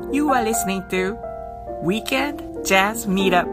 You are listening to Weekend Jazz Meetup.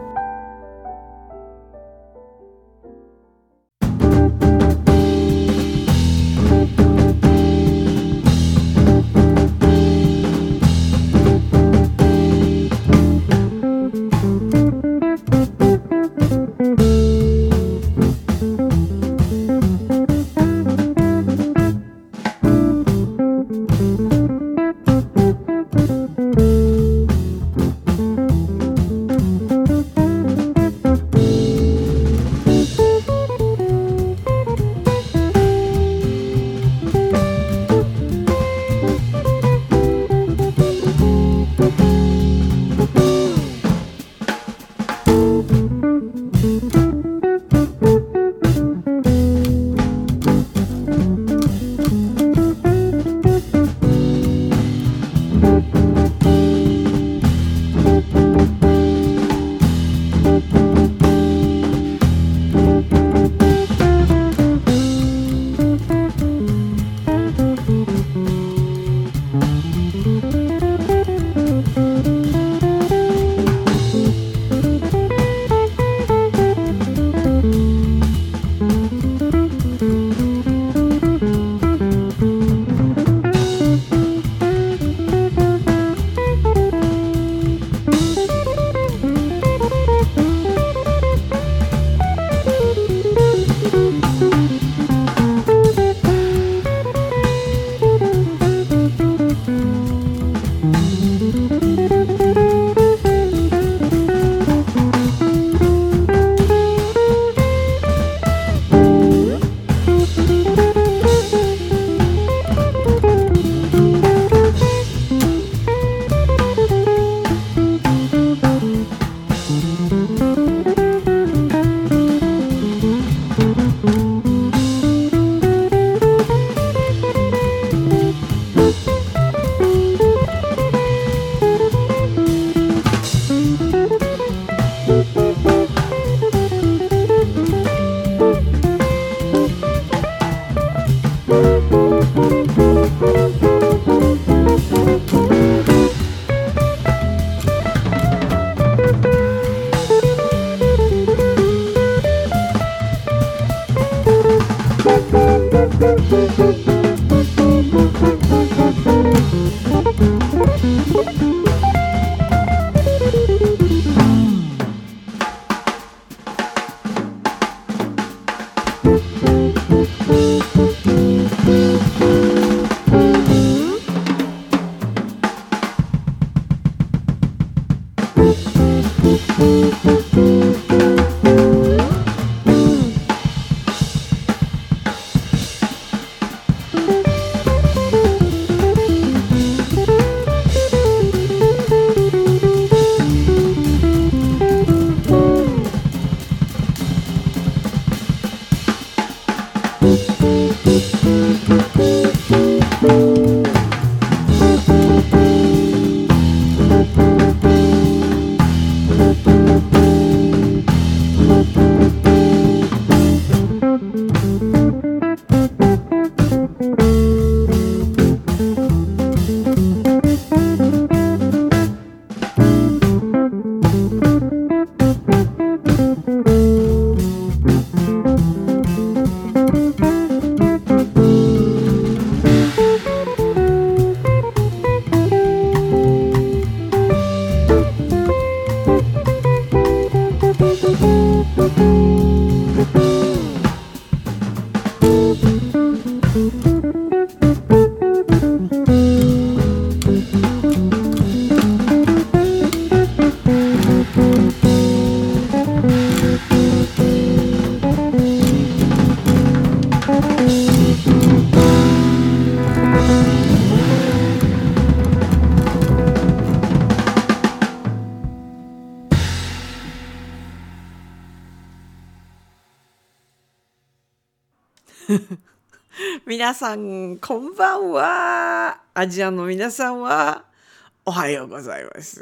皆さんこんばんは。アジアの皆さんはおはようございます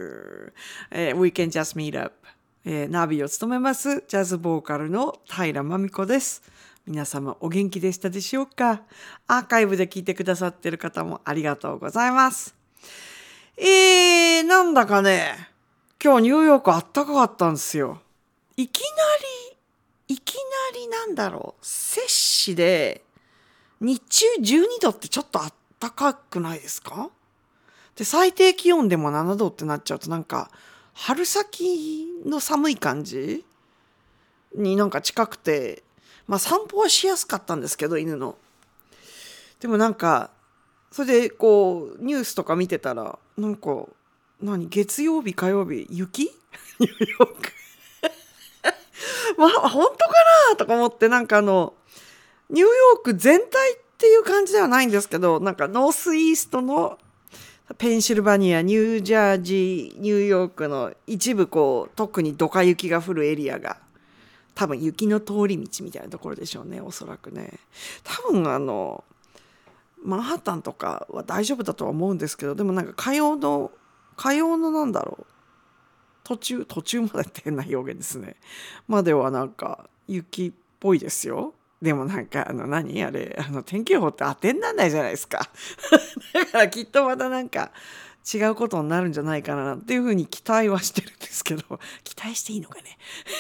。Weekend Jazz Meetup、ナビを務めますジャズボーカルの平真美子です。皆様お元気でしたでしょうか。アーカイブで聞いてくださっている方もありがとうございます。 なんだかね、今日ニューヨークあったかかったんですよ。いきなりなんだろう、摂氏で、日中12度ってちょっとあったかくないですか？で、最低気温でも7度ってなっちゃうとなんか、春先の寒い感じになんか近くて、まあ散歩はしやすかったんですけど、犬の。でもなんか、それでこう、ニュースとか見てたら、なんか、月曜日、火曜日、雪ニューヨーク。まあ、本当かなとか思って、なんかニューヨーク全体っていう感じではないんですけど、なんかノースイーストのペンシルバニア、ニュージャージー、ニューヨークの一部こう、特にドカ雪が降るエリアが、多分雪の通り道みたいなところでしょうね、おそらくね。多分マンハッタンとかは大丈夫だとは思うんですけど、でもなんか火曜のなんだろう、途中までって変な表現ですね。まではなんか雪っぽいですよ。でもなんか何あれ、天気予報って当てにならないじゃないですか。だからきっとまたなんか違うことになるんじゃないかなっていうふうに期待はしてるんですけど、期待していいのかね。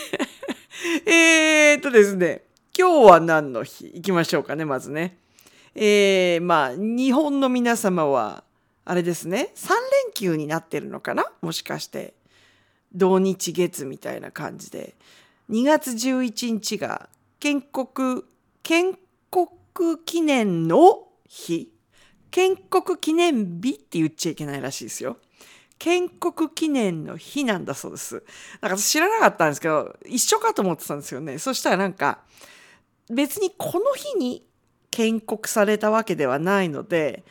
ですね、今日は何の日行きましょうかね、まずね。まあ、日本の皆様は、あれですね、3連休になってるのかな、もしかして。土日月みたいな感じで。2月11日が建国記念の日。建国記念日って言っちゃいけないらしいですよ。建国記念の日なんだそうです。なんか知らなかったんですけど、一緒かと思ってたんですよね。そしたらなんか、別にこの日に建国されたわけではないので、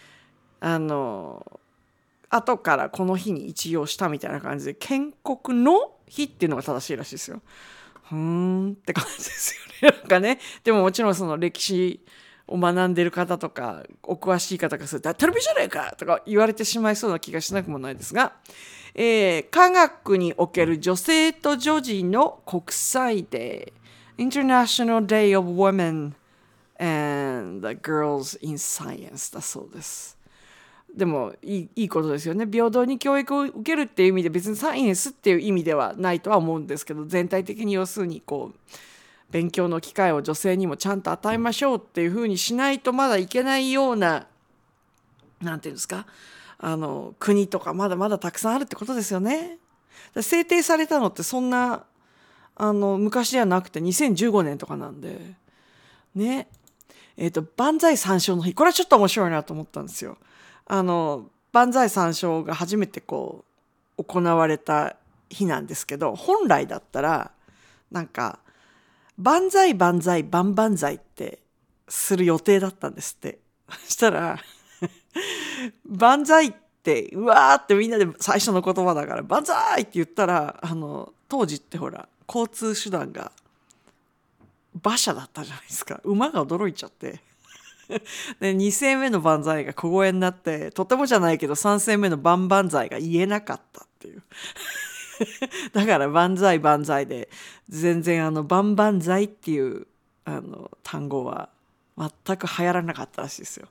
後からこの日に一応したみたいな感じで、建国の日っていうのが正しいらしいですよ。って感じですよね。なんかね。でももちろんその歴史を学んでる方とか、お詳しい方がすると、当たり前じゃないかとか言われてしまいそうな気がしなくもないですが、科学における女性と女児の国際デー、International Day of Women and the Girls in Science だそうです。でもいいことですよね。平等に教育を受けるっていう意味で、別にサイエンスっていう意味ではないとは思うんですけど、全体的に要するにこう勉強の機会を女性にもちゃんと与えましょうっていうふうにしないとまだいけないような、なんていうんですか、国とかまだまだたくさんあるってことですよね。制定されたのってそんな昔ではなくて2015年とかなんでね。万歳三唱の日、これはちょっと面白いなと思ったんですよ。万歳三唱が初めてこう行われた日なんですけど、本来だったらなんか万歳万歳万々歳ってする予定だったんですって。そしたら万歳ってうわーってみんなで最初の言葉だから万歳って言ったら、当時ってほら交通手段が馬車だったじゃないですか。馬が驚いちゃってで2声目の万歳が小声になって、とてもじゃないけど3声目の万々歳が言えなかったっていうだから万歳万歳で、全然万々歳っていう単語は全く流行らなかったらしいですよ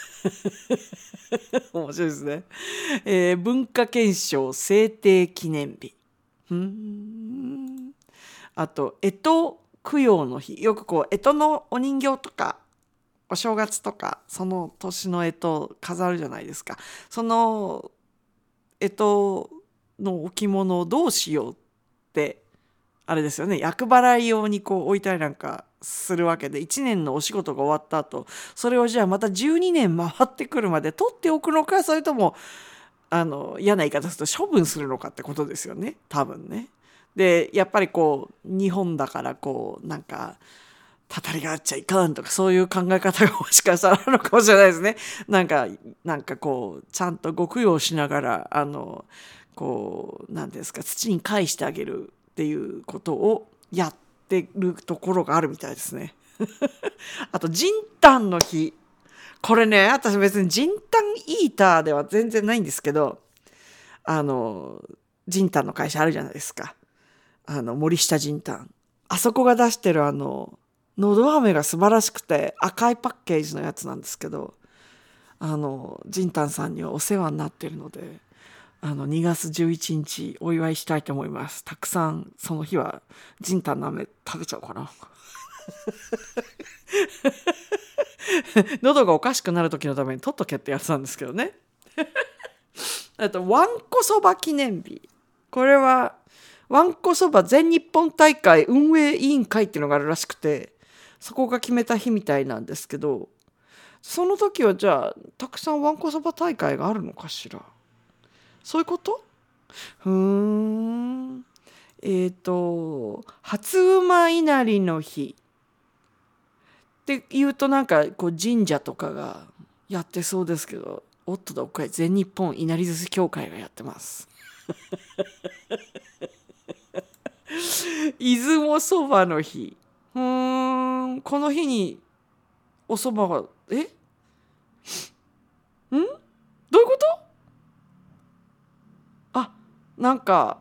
面白いですね。文化憲章制定記念日。あと干支供養の日。よくこう干支のお人形とかお正月とかその年の干支を飾るじゃないですか。その干支の置物をどうしようってあれですよね、厄払い用にこう置いたりなんかするわけで、1年のお仕事が終わった後、それをじゃあまた12年回ってくるまで取っておくのか、それとも嫌な言い方すると処分するのかってことですよね、多分ね。でやっぱりこう日本だからこうなんかたたりがあっちゃいかんとか、そういう考え方がもしかしたらあるのかもしれないですね。なんかこうちゃんとご供養しながらこう何ですか、土に返してあげるっていうことをやってるところがあるみたいですね。あとジンタンの日、これね、私別にジンタンイーターでは全然ないんですけど、ジンタンの会社あるじゃないですか。森下ジンタン、あそこが出してるのど飴が素晴らしくて赤いパッケージのやつなんですけど、ジンタンさんにはお世話になってるので、 2月11日お祝いしたいと思います。たくさんその日はジンタンの飴食べちゃおうかな。喉がおかしくなる時のために取っとけってやつなんですけどね。あとわんこそば記念日、これはわんこそば全日本大会運営委員会っていうのがあるらしくて、そこが決めた日みたいなんですけど、その時はじゃあたくさんわんこそば大会があるのかしら。そういうこと？初馬稲荷の日って言うとなんかこう神社とかがやってそうですけど、おっとだ、これ全日本稲荷寿司協会がやってます。出雲そばの日。この日におそばが、どういうこと？なんか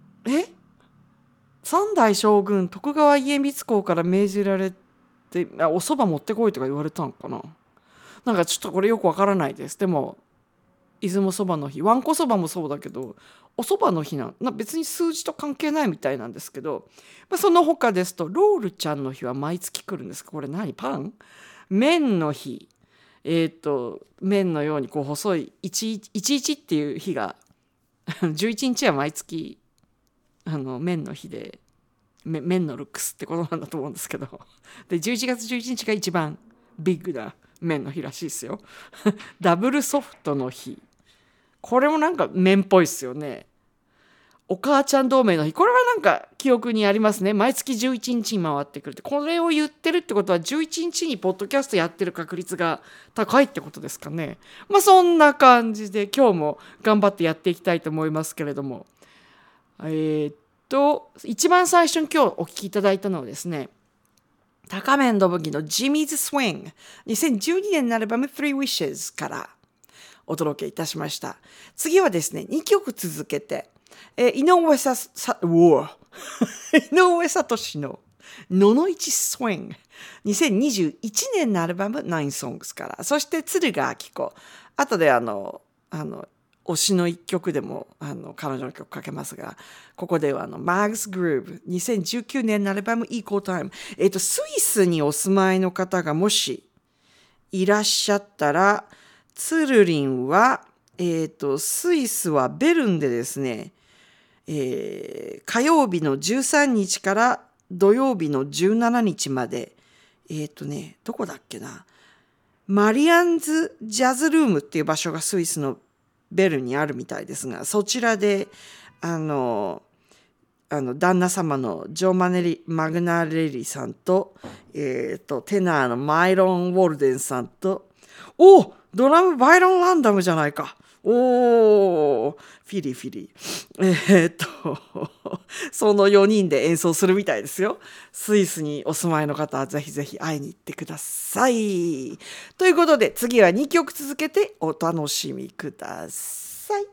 三代将軍徳川家光公から命じられておそば持ってこいとか言われたのかな。なんかちょっとこれよくわからないです。でも出雲そばの日、わんこそばもそうだけどおそばの日別に数字と関係ないみたいなんですけど、その他ですとロールちゃんの日は毎月来るんです。これ何？パン？麺の日。麺のようにこう細い11っていう日が11日は毎月麺の日で、麺のルックスってことなんだと思うんですけど、で11月11日が一番ビッグな麺の日らしいですよ。ダブルソフトの日、これもなんか麺っぽいですよね。お母ちゃん同盟の日、これはなんか記憶にありますね。毎月11日に回ってくるって、これを言ってるってことは11日にポッドキャストやってる確率が高いってことですかね。そんな感じで今日も頑張ってやっていきたいと思いますけれども、一番最初に今日お聞きいただいたのはですね、高面土武器の Jimmy's Swing 2012年のアルバム Three Wishes からお届けいたしました。次はですね、2曲続けて井上聡のののいちスウィング2021年のアルバム Nine Songs から、そして敦賀晃子、後で推しの一曲でも彼女の曲かけますが、ここではMags Groove 2019年のアルバム Equal Time、スイスにお住まいの方がもしいらっしゃったら、つるりんはスイスはベルンでですね、火曜日の13日から土曜日の17日まで、どこだっけな、マリアンズジャズルームっていう場所がスイスのベルンにあるみたいですが、そちらで旦那様のジョー・マグナレリさんと、テナーのマイロン・ウォルデンさんと、ドラムバイロン・ランダムじゃないか。フィリフィリ。その4人で演奏するみたいですよ。スイスにお住まいの方はぜひぜひ会いに行ってください。ということで次は2曲続けてお楽しみください。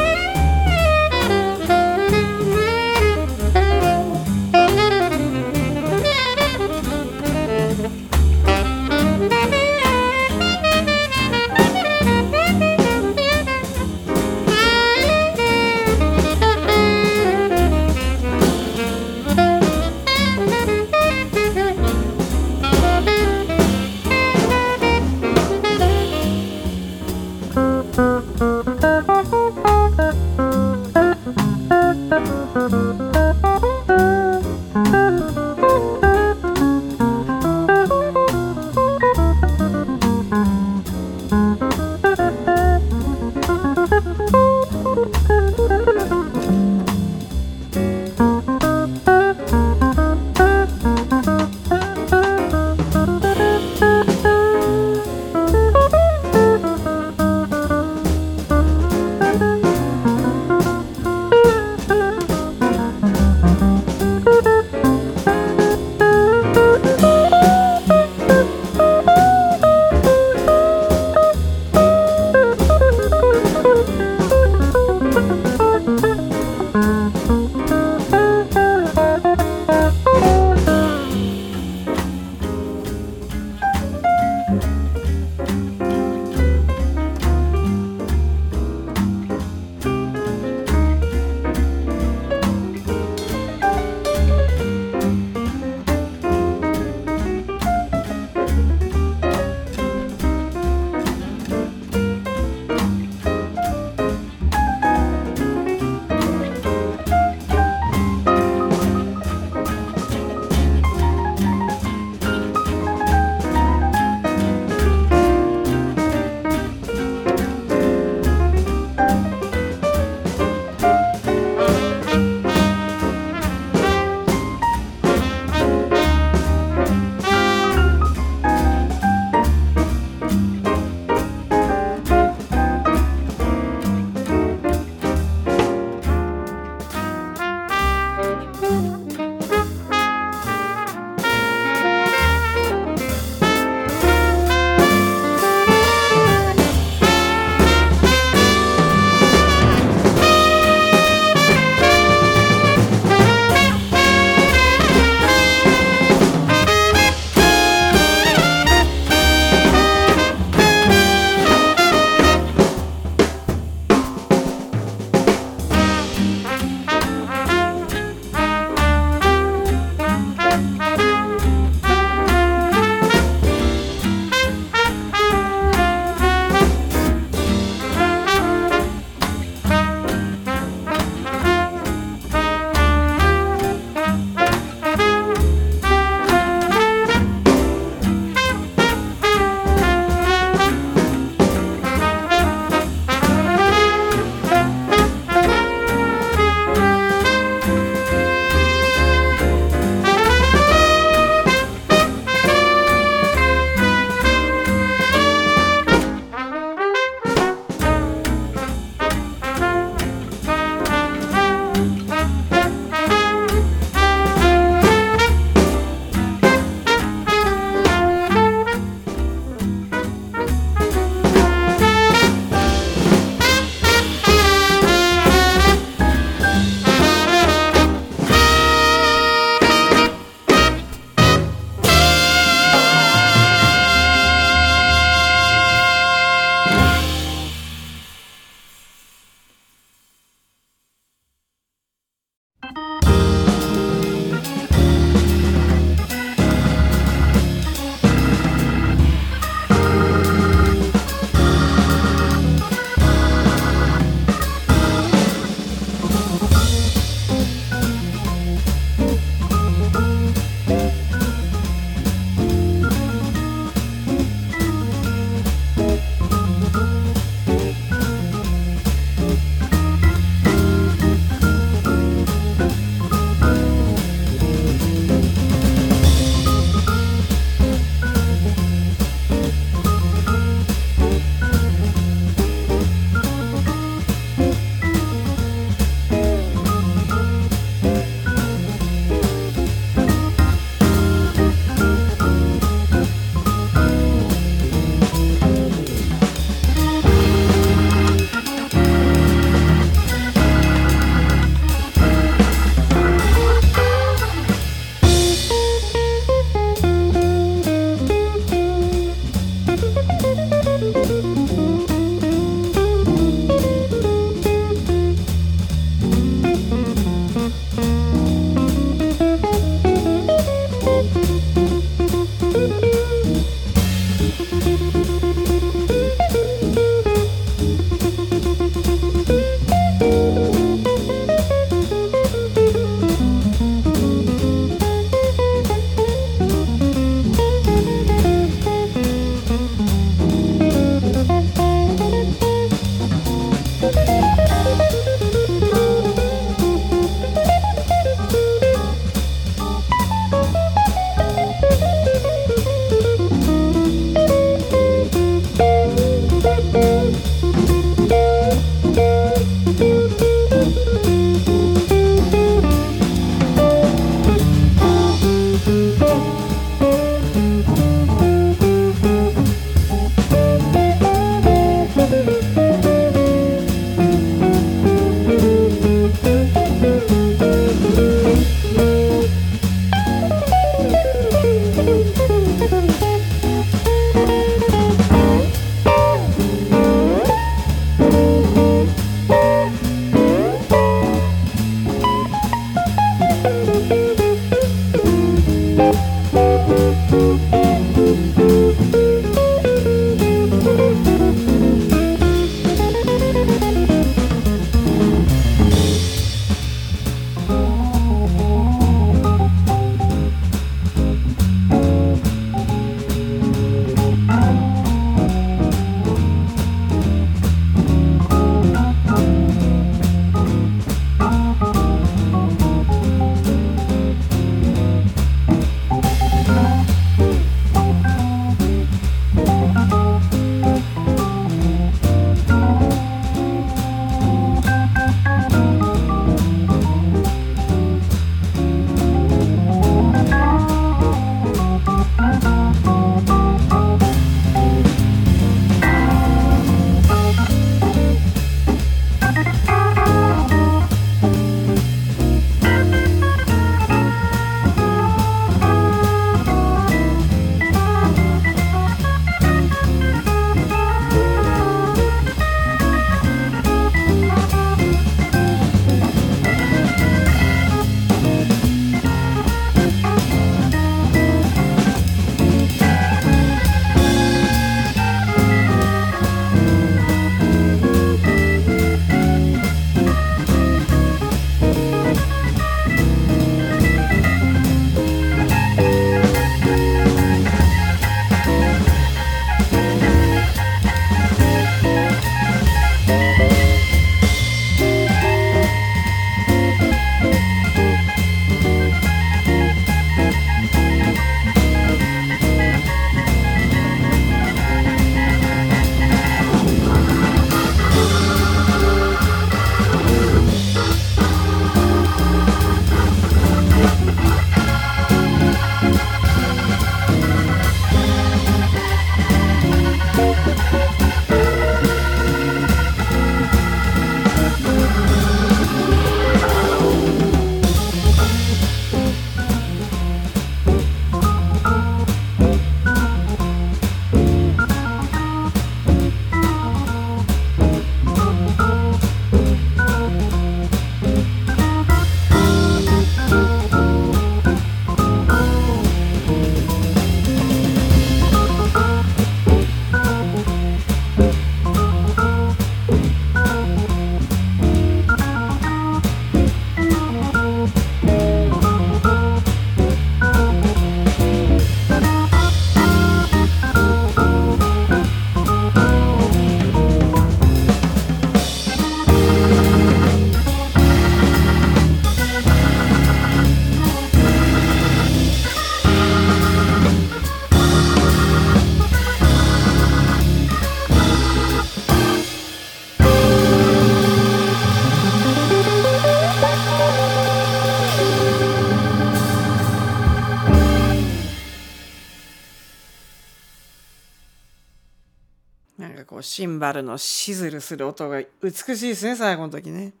なんかこうシンバルのシズルする音が美しいですね、最後の時ね。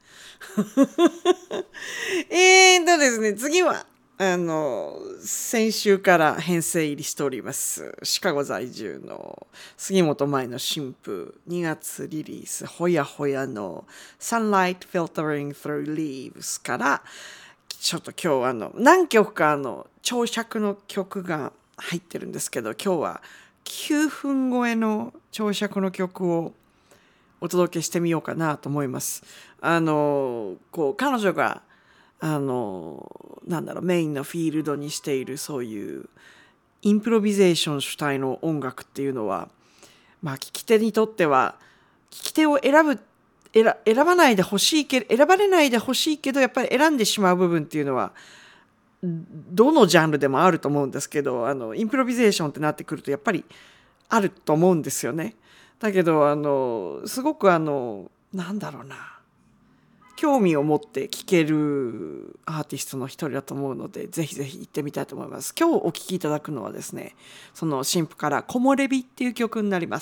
ですね、次は、先週から編成入りしております、シカゴ在住の杉本舞の新譜、2月リリース、ほやほやの Sunlight Filtering Through Leaves から、ちょっと今日何曲か長尺の曲が入ってるんですけど、今日は9分超えの長尺の曲をお届けしてみようかなと思います。彼女がメインのフィールドにしているそういうインプロビゼーション主体の音楽っていうのは、聞き手にとっては聞き手を選ばないでほしいけど、選ばれないでほしいけど、やっぱり選んでしまう部分っていうのはどのジャンルでもあると思うんですけど、インプロビゼーションってなってくるとやっぱりあると思うんですよね。だけどすごく興味を持って聴けるアーティストの一人だと思うので、ぜひぜひ行ってみたいと思います。今日お聴きいただくのはですね、その新譜から木漏れ日っていう曲になります。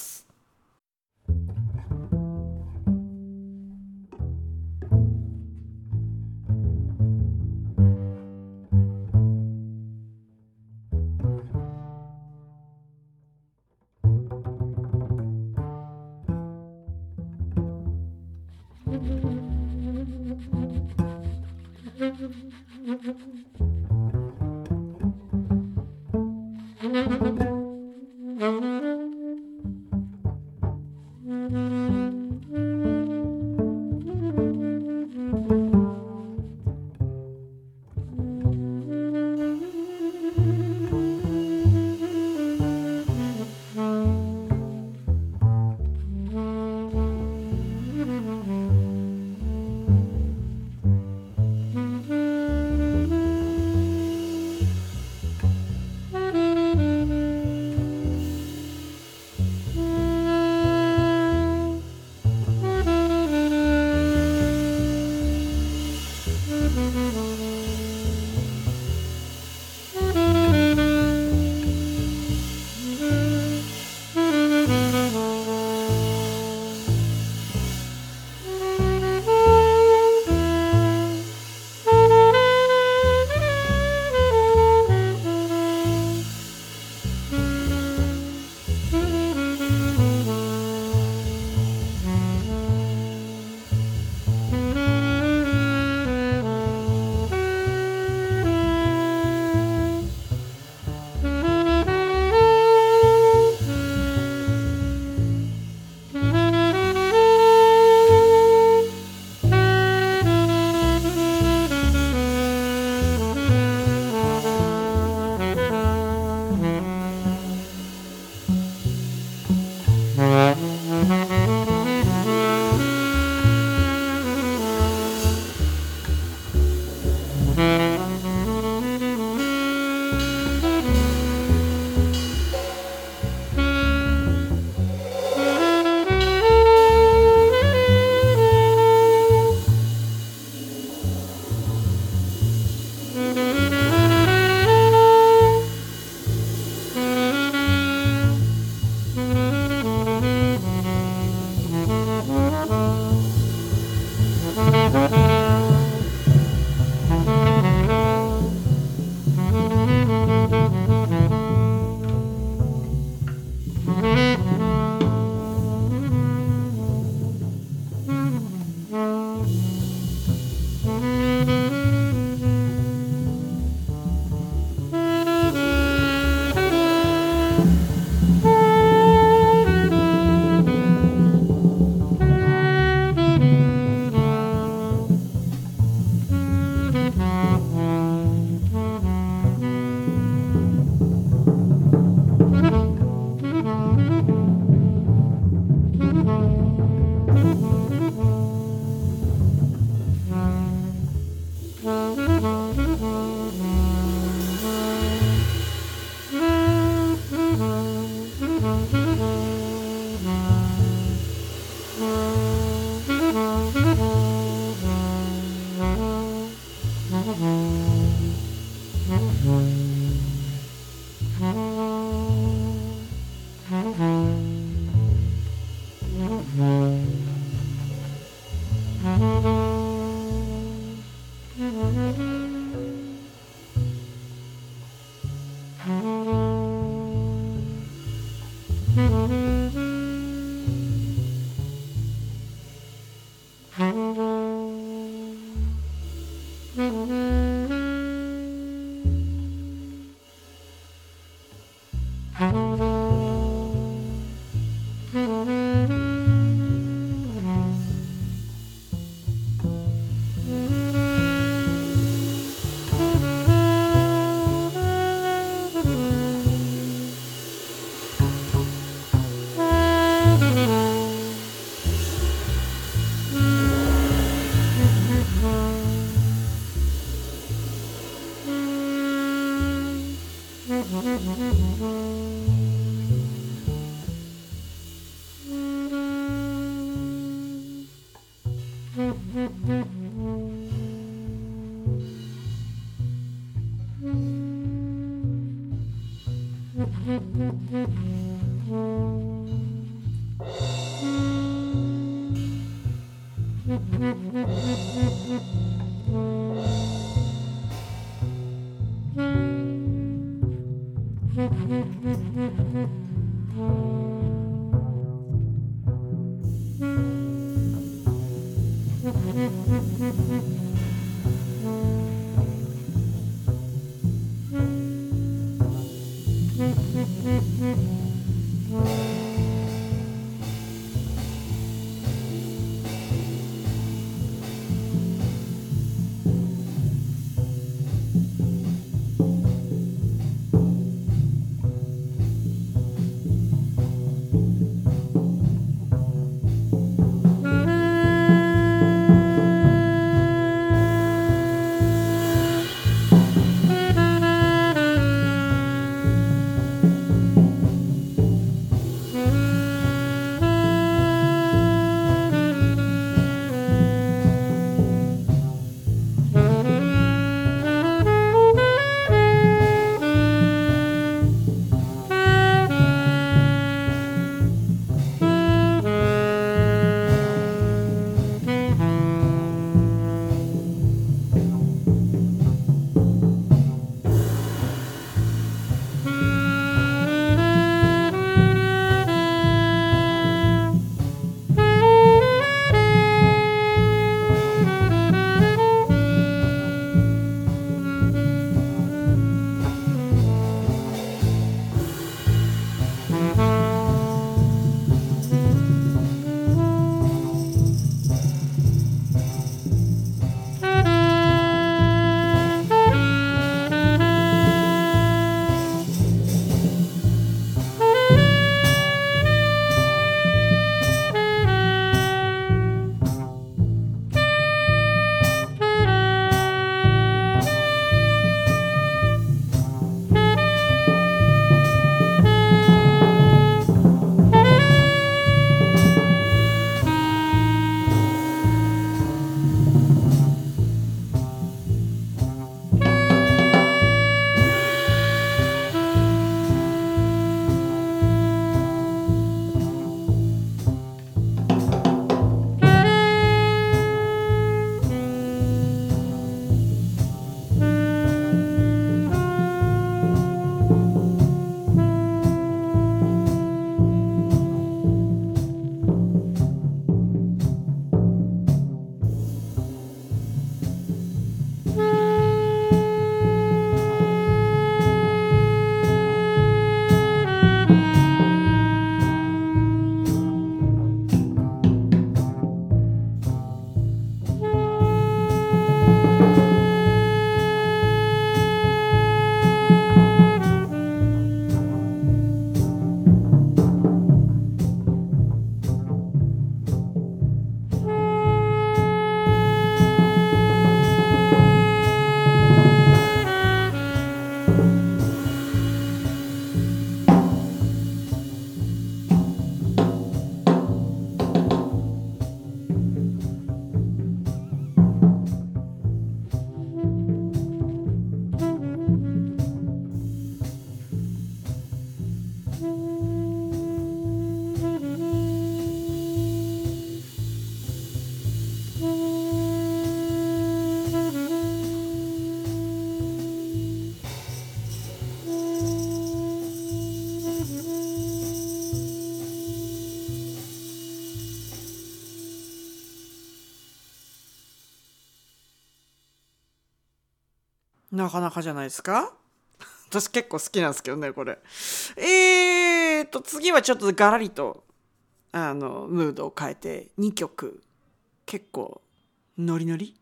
なかなかじゃないですか。私結構好きなんですけどね、これ。次はちょっとガラリとムードを変えて2曲結構ノリノリ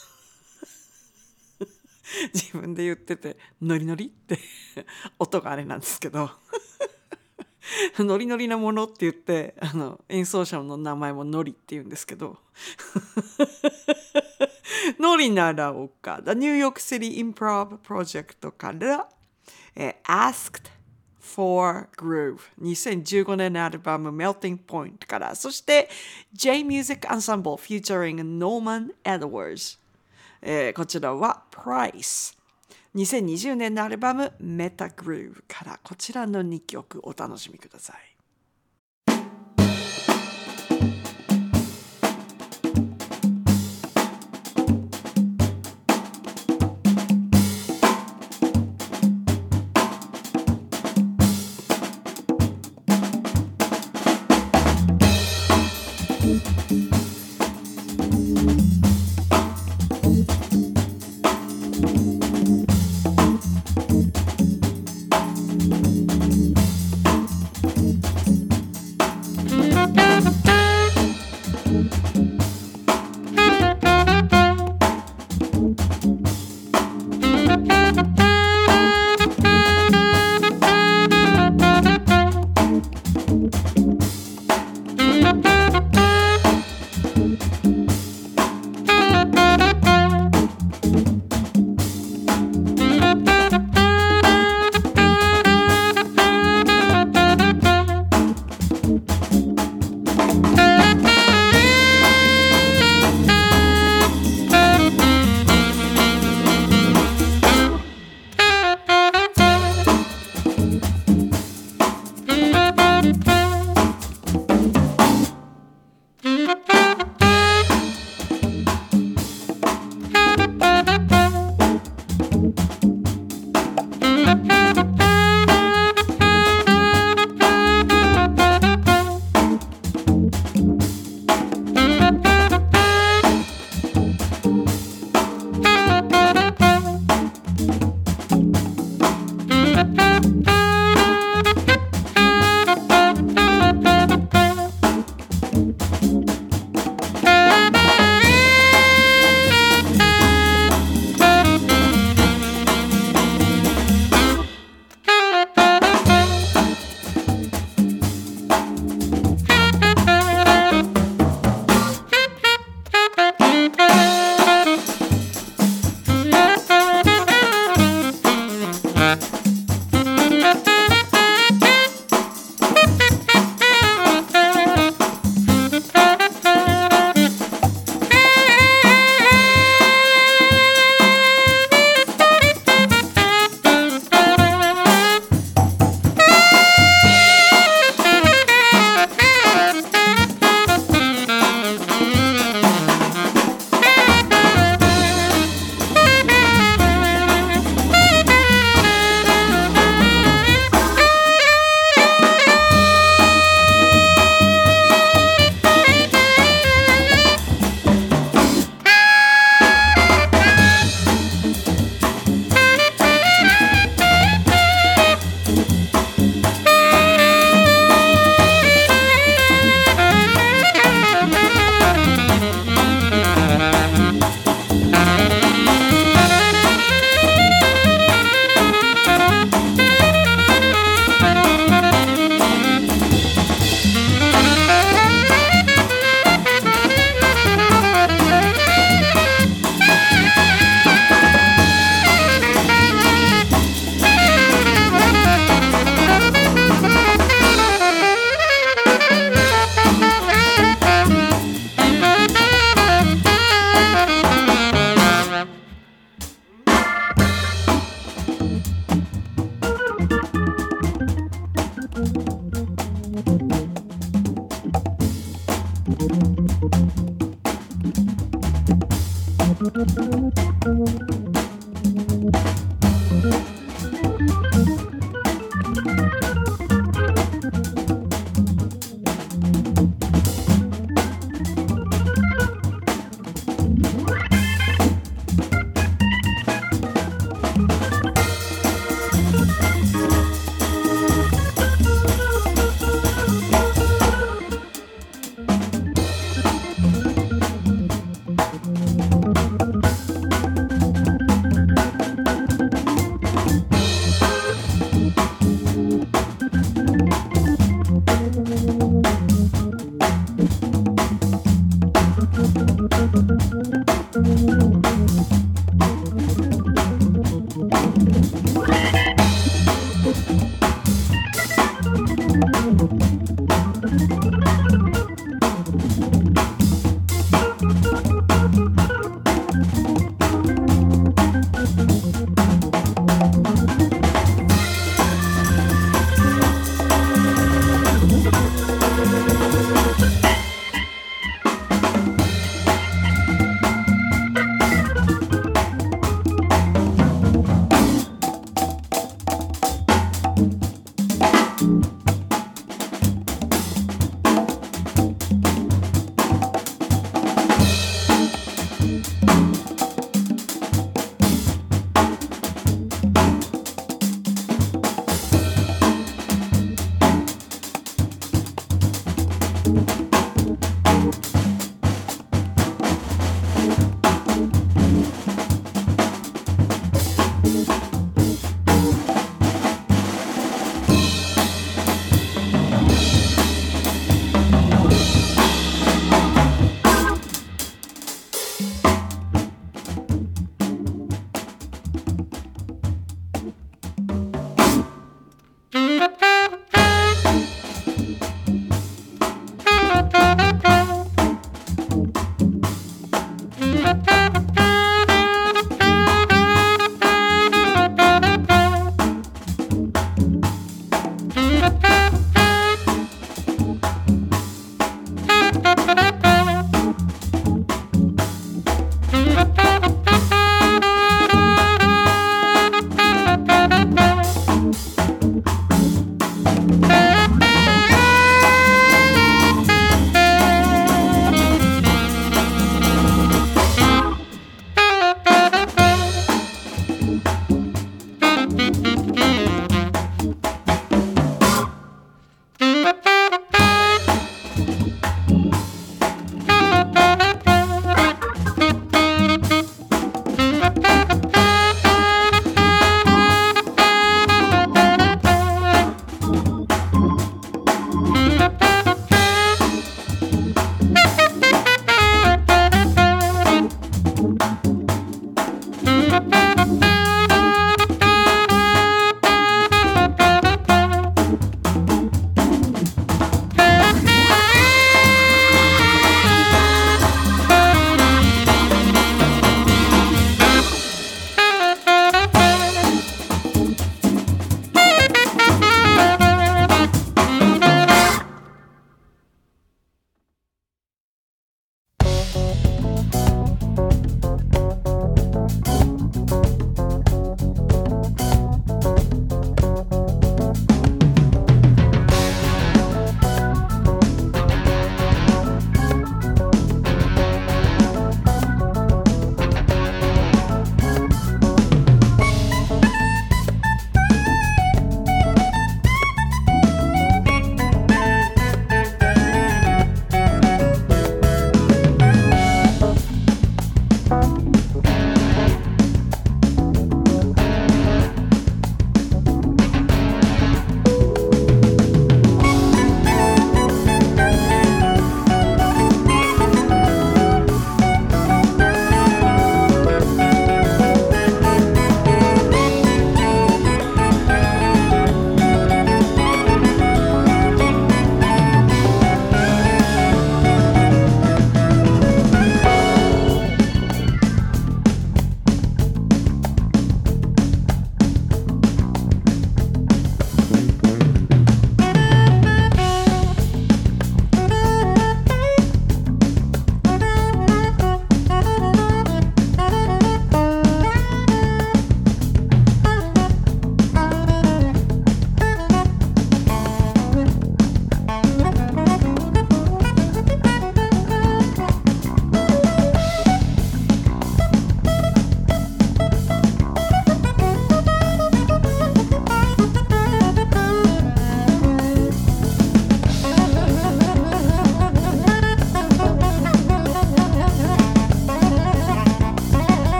自分で言っててノリノリって音があれなんですけどノリノリなものって言って演奏者の名前もノリって言うんですけどノリならおかThe New York City Improv Project から、Asked for Groove 2015年のアルバム Melting Point からそして J Music Ensemble featuring Norman Edwards、こちらは Price 2020年のアルバム Meta Groove からこちらの2曲お楽しみください。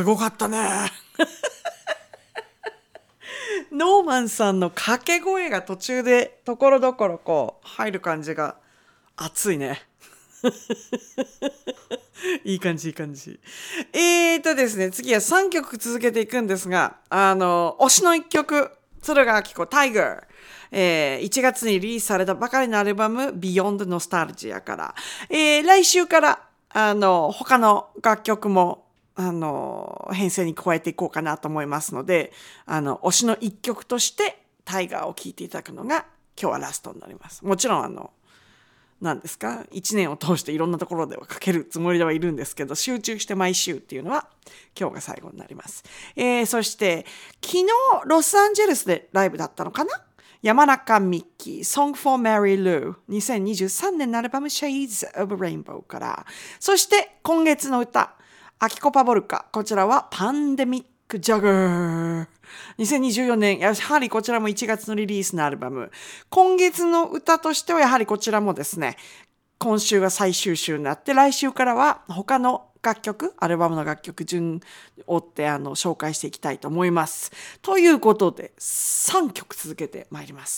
ごかったね。ノーマンさんの掛け声が途中でところどころこう入る感じが熱いね。いい感じいい感じ。ですね、次は3曲続けていくんですが、推しの1曲、鶴ヶ明子タイガー。1月にリリースされたばかりのアルバム Beyond Nostalgia から、来週から他の楽曲も編成に加えていこうかなと思いますので、推しの一曲としてタイガーを聴いていただくのが今日はラストになります。もちろん何ですか、1年を通していろんなところではかけるつもりではいるんですけど、集中して毎週っていうのは今日が最後になります。そして昨日ロサンゼルスでライブだったのかな、山中美希 Song for Mary Lou 2023年のアルバム Shades of Rainbow から、そして今月の歌アキコパボルカ、こちらはパンデミックジャガー2024年、やはりこちらも1月のリリースのアルバム。今月の歌としてはやはりこちらもですね、今週が最終週になって、来週からは他の楽曲、アルバムの楽曲順を追って紹介していきたいと思います。ということで3曲続けてまいります。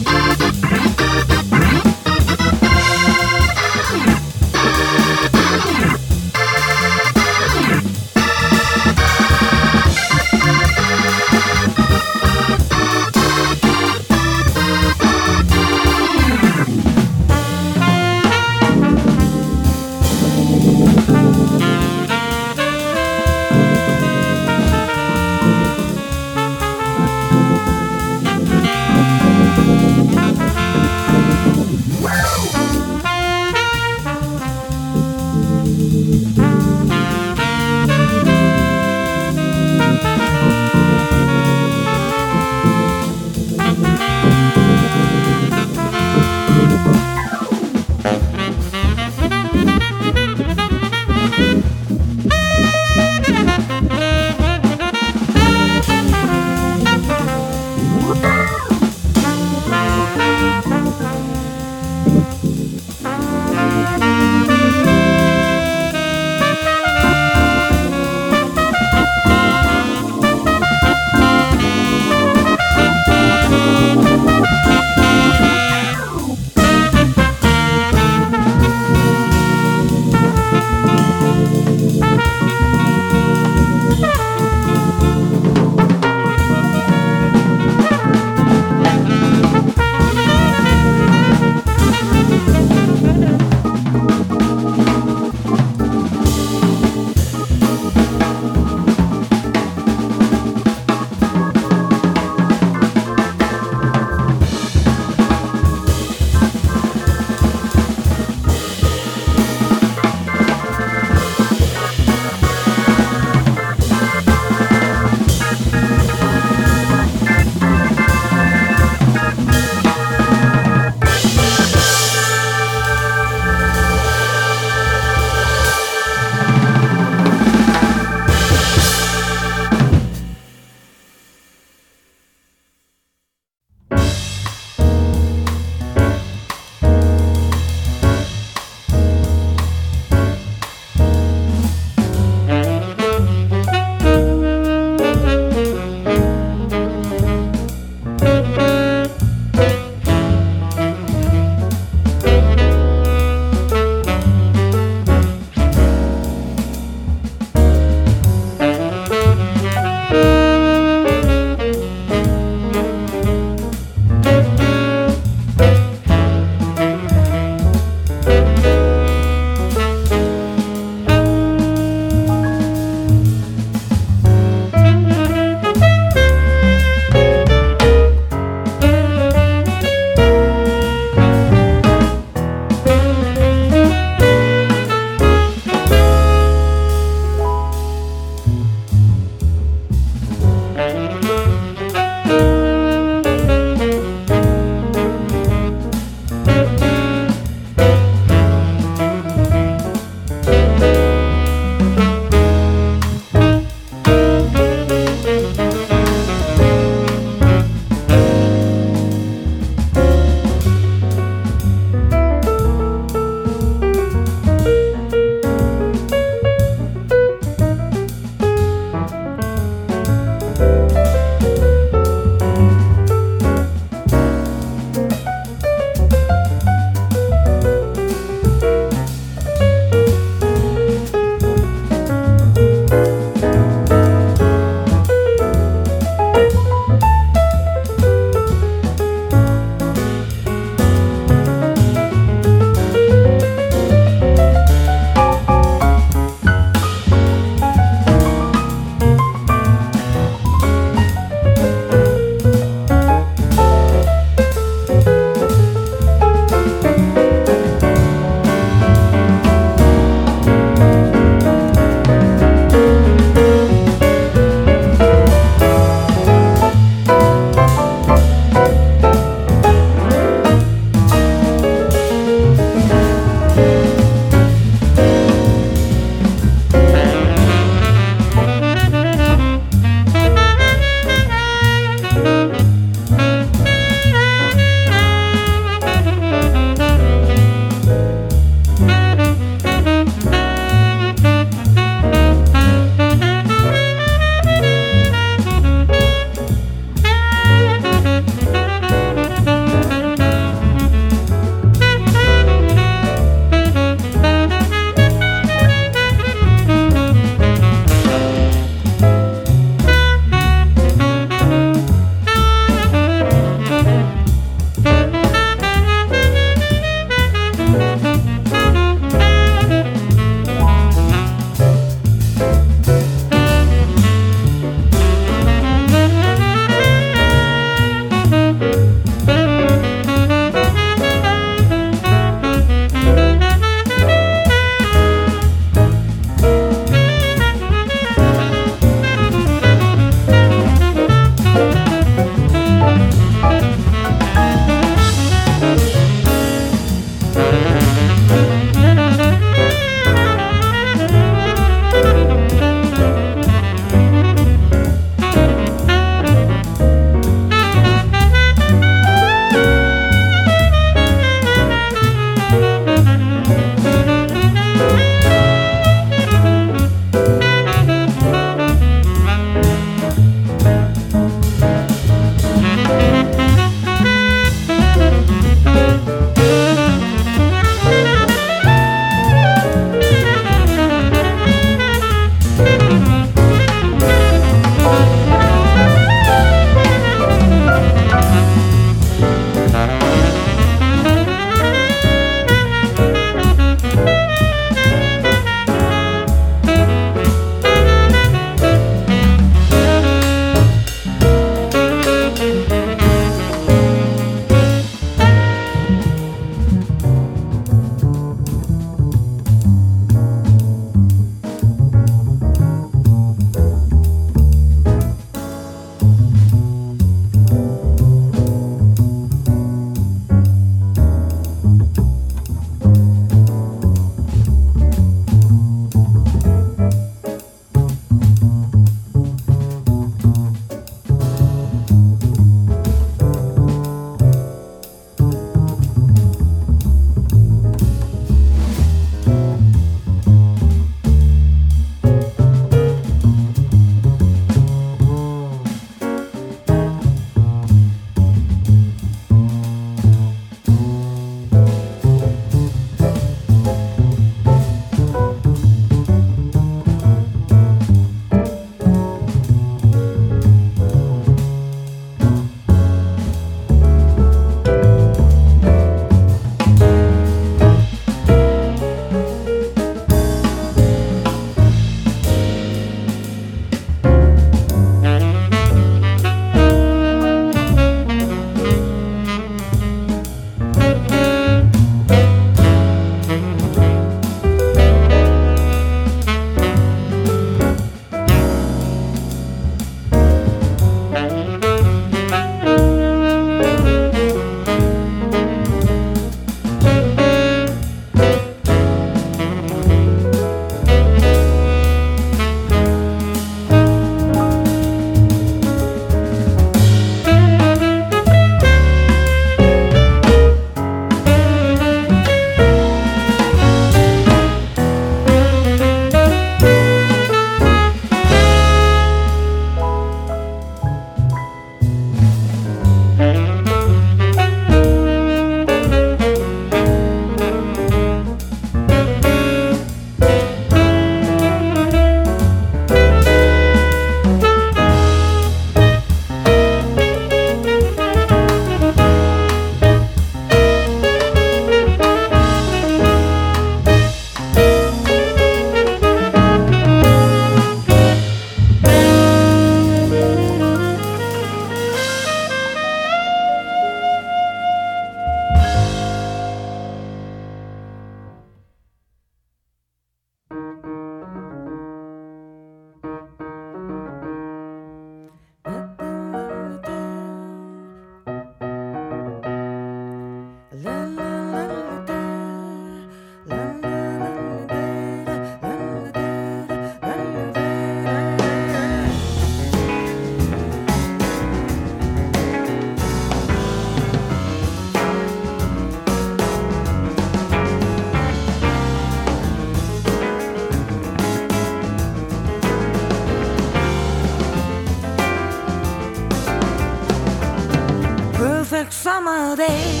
perfect summer day.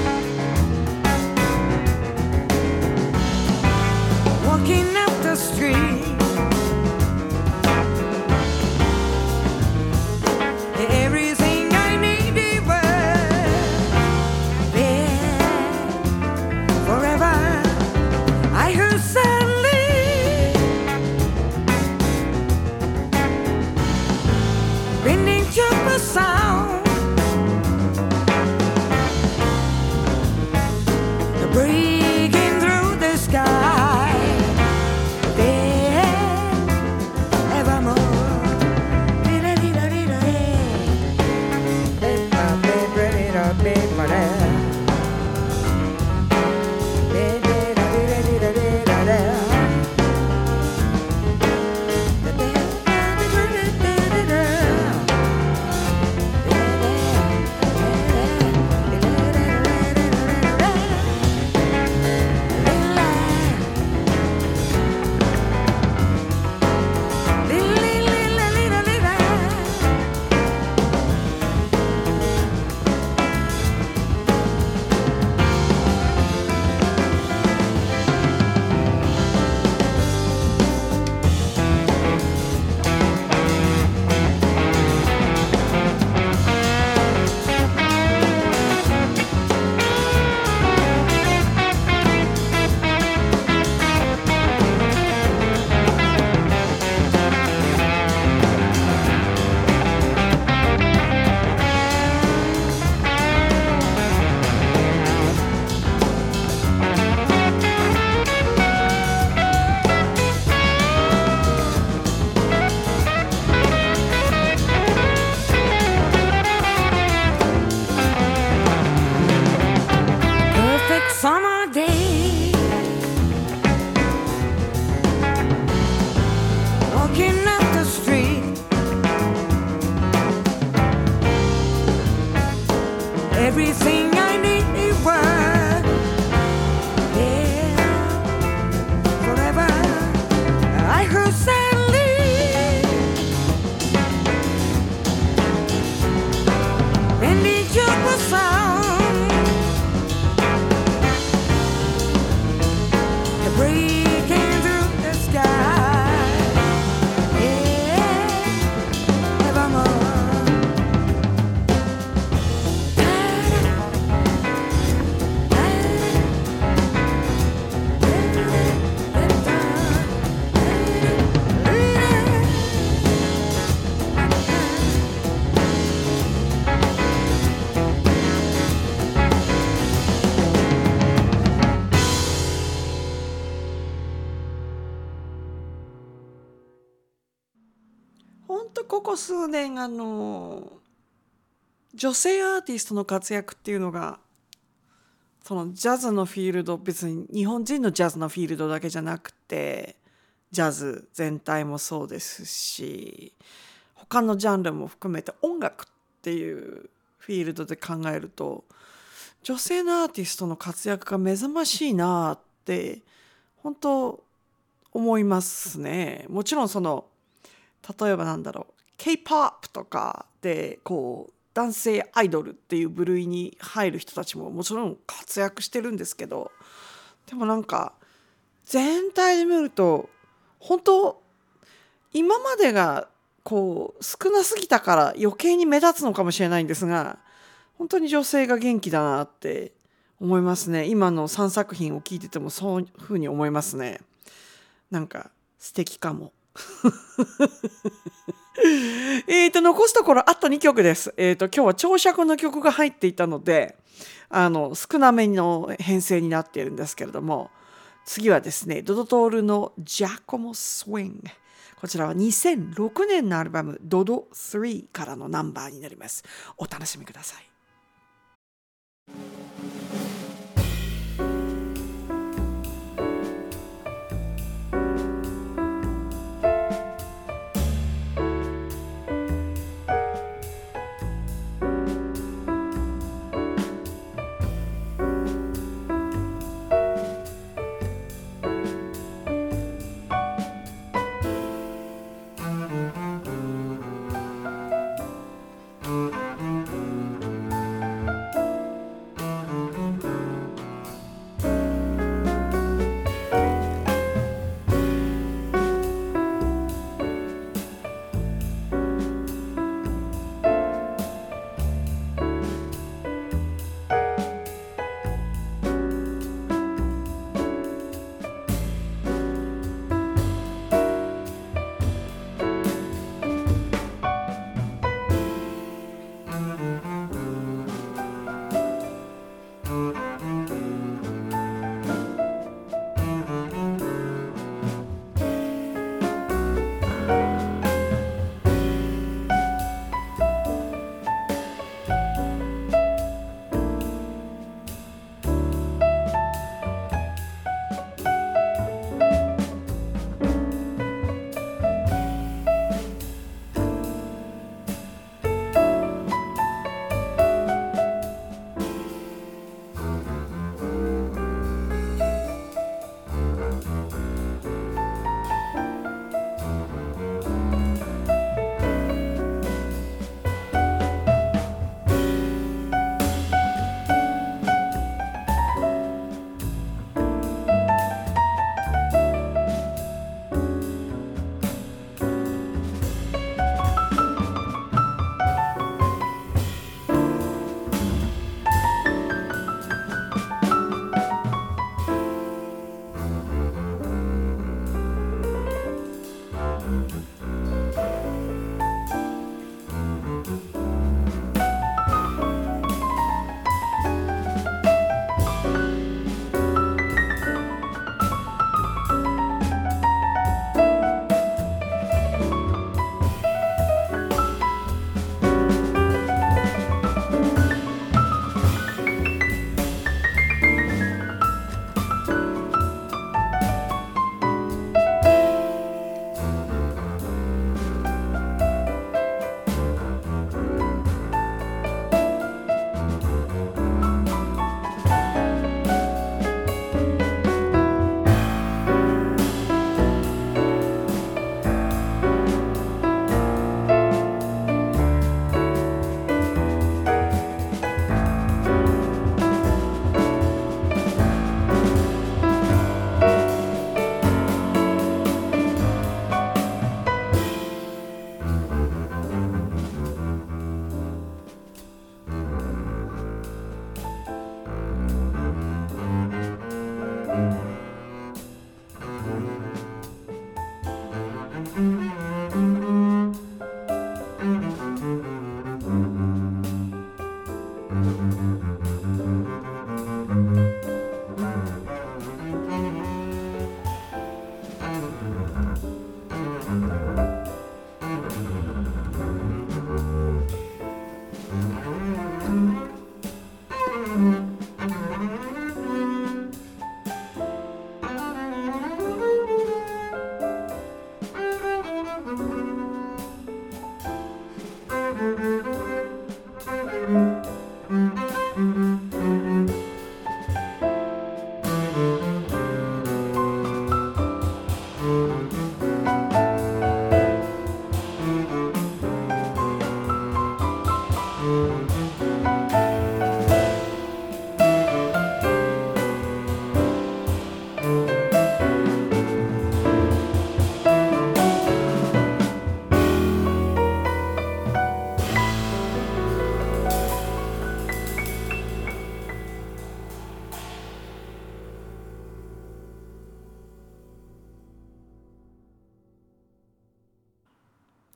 Walking up the street, everything I needed was there forever. I heard suddenly bending to the sound, breaking through the sky. Summer day, walking up the street, everything I need was there forever. I heard sadly, and it just was sound. Breaking through the sky, yeah, evermore. ほんとここ数年女性アーティストの活躍っていうのがそのジャズのフィールド、別に日本人のジャズのフィールドだけじゃなくてジャズ全体もそうですし、他のジャンルも含めて音楽っていうフィールドで考えると女性のアーティストの活躍が目覚ましいなって本当思いますね。もちろん例えばK-POP とかで男性アイドルっていう部類に入る人たちももちろん活躍してるんですけど、でも全体で見ると本当今までが少なすぎたから余計に目立つのかもしれないんですが、本当に女性が元気だなって思いますね。今の3作品を聞いててもそういうふうに思いますね。素敵かも。残すところあと2曲です。今日は長尺の曲が入っていたので少なめの編成になっているんですけれども、次はですねドドトールのジャコモスウィング、こちらは2006年のアルバムドド3からのナンバーになります。お楽しみください。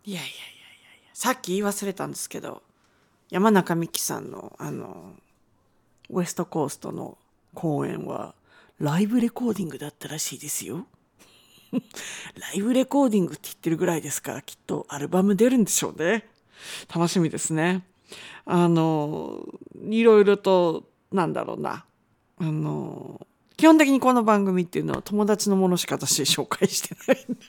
いや、さっき言い忘れたんですけど、山中美希さんのウエストコーストの公演はライブレコーディングだったらしいですよ。ライブレコーディングって言ってるぐらいですから、きっとアルバム出るんでしょうね。楽しみですね。いろいろと、なんだろうな。基本的にこの番組っていうのは友達のものしか私紹介してないんで。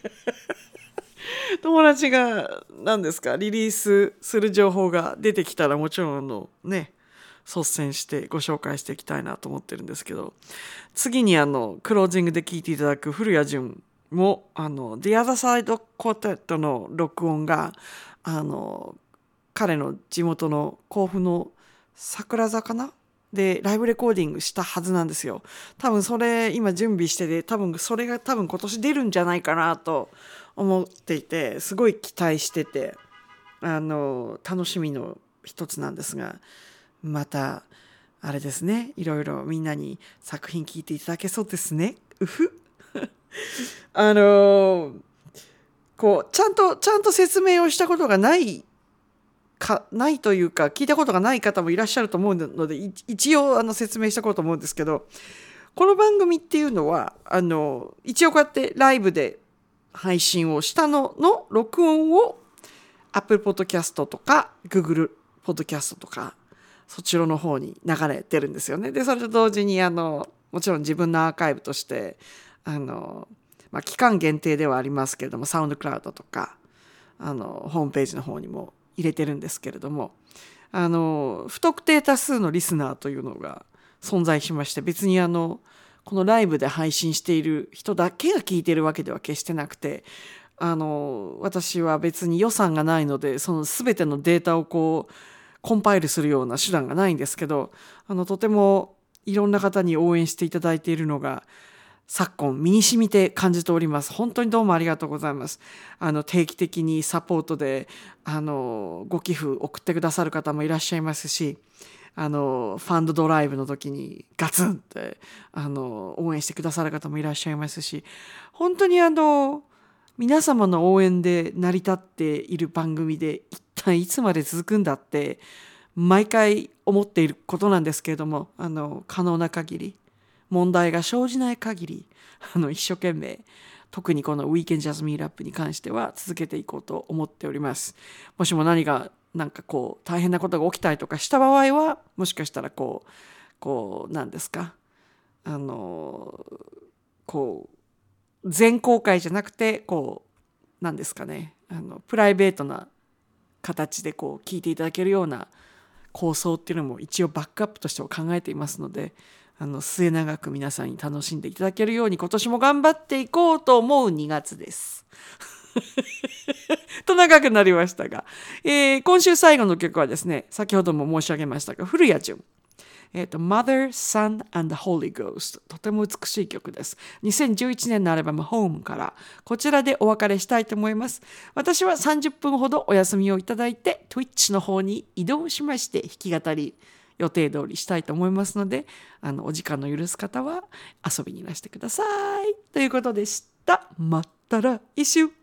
友達が何ですか、リリースする情報が出てきたらもちろん率先してご紹介していきたいなと思ってるんですけど、次にクロージングで聴いていただく古谷潤もThe Other Side Quartetの録音が彼の地元の甲府の桜坂なでライブレコーディングしたはずなんですよ。多分それ今準備してて、それが今年出るんじゃないかなと思っていて、すごい期待してて楽しみの一つなんですが、またあれですね、いろいろみんなに作品聞いていただけそうですね。うふこうちゃんと説明をしたことがないというか、聞いたことがない方もいらっしゃると思うので、一応説明したこと思うんですけど、この番組っていうのは一応こうやってライブで配信をしたの録音を Apple Podcast とか Google Podcast とかそちらの方に流れてるんですよね。でそれと同時にもちろん自分のアーカイブとして期間限定ではありますけれども、サウンドクラウドとかホームページの方にも入れてるんですけれども、不特定多数のリスナーというのが存在しまして、別にこのライブで配信している人だけが聞いているわけでは決してなくて、私は別に予算がないのでその全てのデータをコンパイルするような手段がないんですけど、とてもいろんな方に応援していただいているのが昨今身に染みて感じております。本当にどうもありがとうございます。定期的にサポートでご寄付送ってくださる方もいらっしゃいますし、ファンドドライブの時にガツンって応援してくださる方もいらっしゃいますし、本当に皆様の応援で成り立っている番組で一体いつまで続くんだって毎回思っていることなんですけれども、可能な限り、問題が生じない限り一生懸命、特にこの Weekend Jazz Meetup に関しては続けていこうと思っております。もしも何か大変なことが起きたりとかした場合は、もしかしたら何ですか、全公開じゃなくて何ですかね、プライベートな形で聞いていただけるような構想っていうのも一応バックアップとしては考えていますので、末永く皆さんに楽しんでいただけるように今年も頑張っていこうと思う2月ですと長くなりましたが、今週最後の曲はですね、先ほども申し上げましたが、古谷潤Mother, Son and the Holy Ghost、 とても美しい曲です。2011年のアルバム Home からこちらでお別れしたいと思います。私は30分ほどお休みをいただいて Twitch の方に移動しまして、弾き語り予定通りしたいと思いますので、お時間の許す方は遊びにいらしてくださいということでした。また来週。